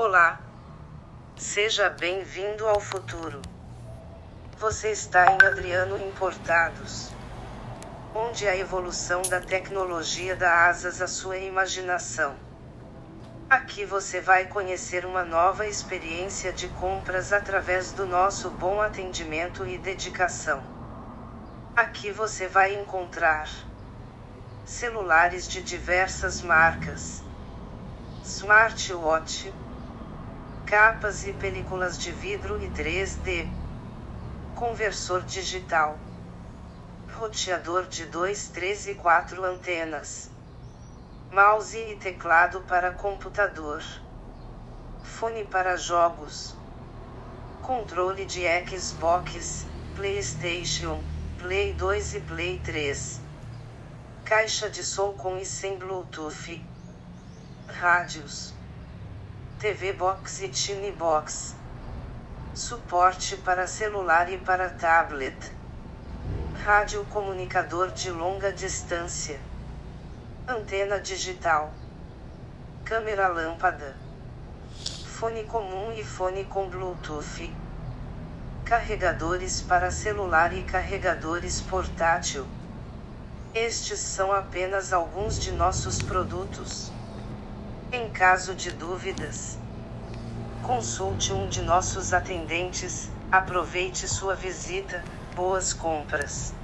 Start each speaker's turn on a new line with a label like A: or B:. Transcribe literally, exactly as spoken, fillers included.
A: Olá! Seja bem-vindo ao futuro. Você está em Adriano Importados, onde a evolução da tecnologia dá asas à sua imaginação. Aqui você vai conhecer uma nova experiência de compras através do nosso bom atendimento e dedicação. Aqui você vai encontrar celulares de diversas marcas, smartwatch, capas e películas de vidro e três D, conversor digital, roteador de dois, três e quatro antenas, mouse e teclado para computador, fone para jogos, controle de Xbox, PlayStation, Play dois e Play três, caixa de som com e sem Bluetooth, rádios, T V Box e Tiny Box, suporte para celular e para tablet, rádio comunicador de longa distância, antena digital, câmera lâmpada, fone comum e fone com Bluetooth, carregadores para celular e carregadores portátil. Estes são apenas alguns de nossos produtos. Em caso de dúvidas, consulte um de nossos atendentes. Aproveite sua visita. Boas compras!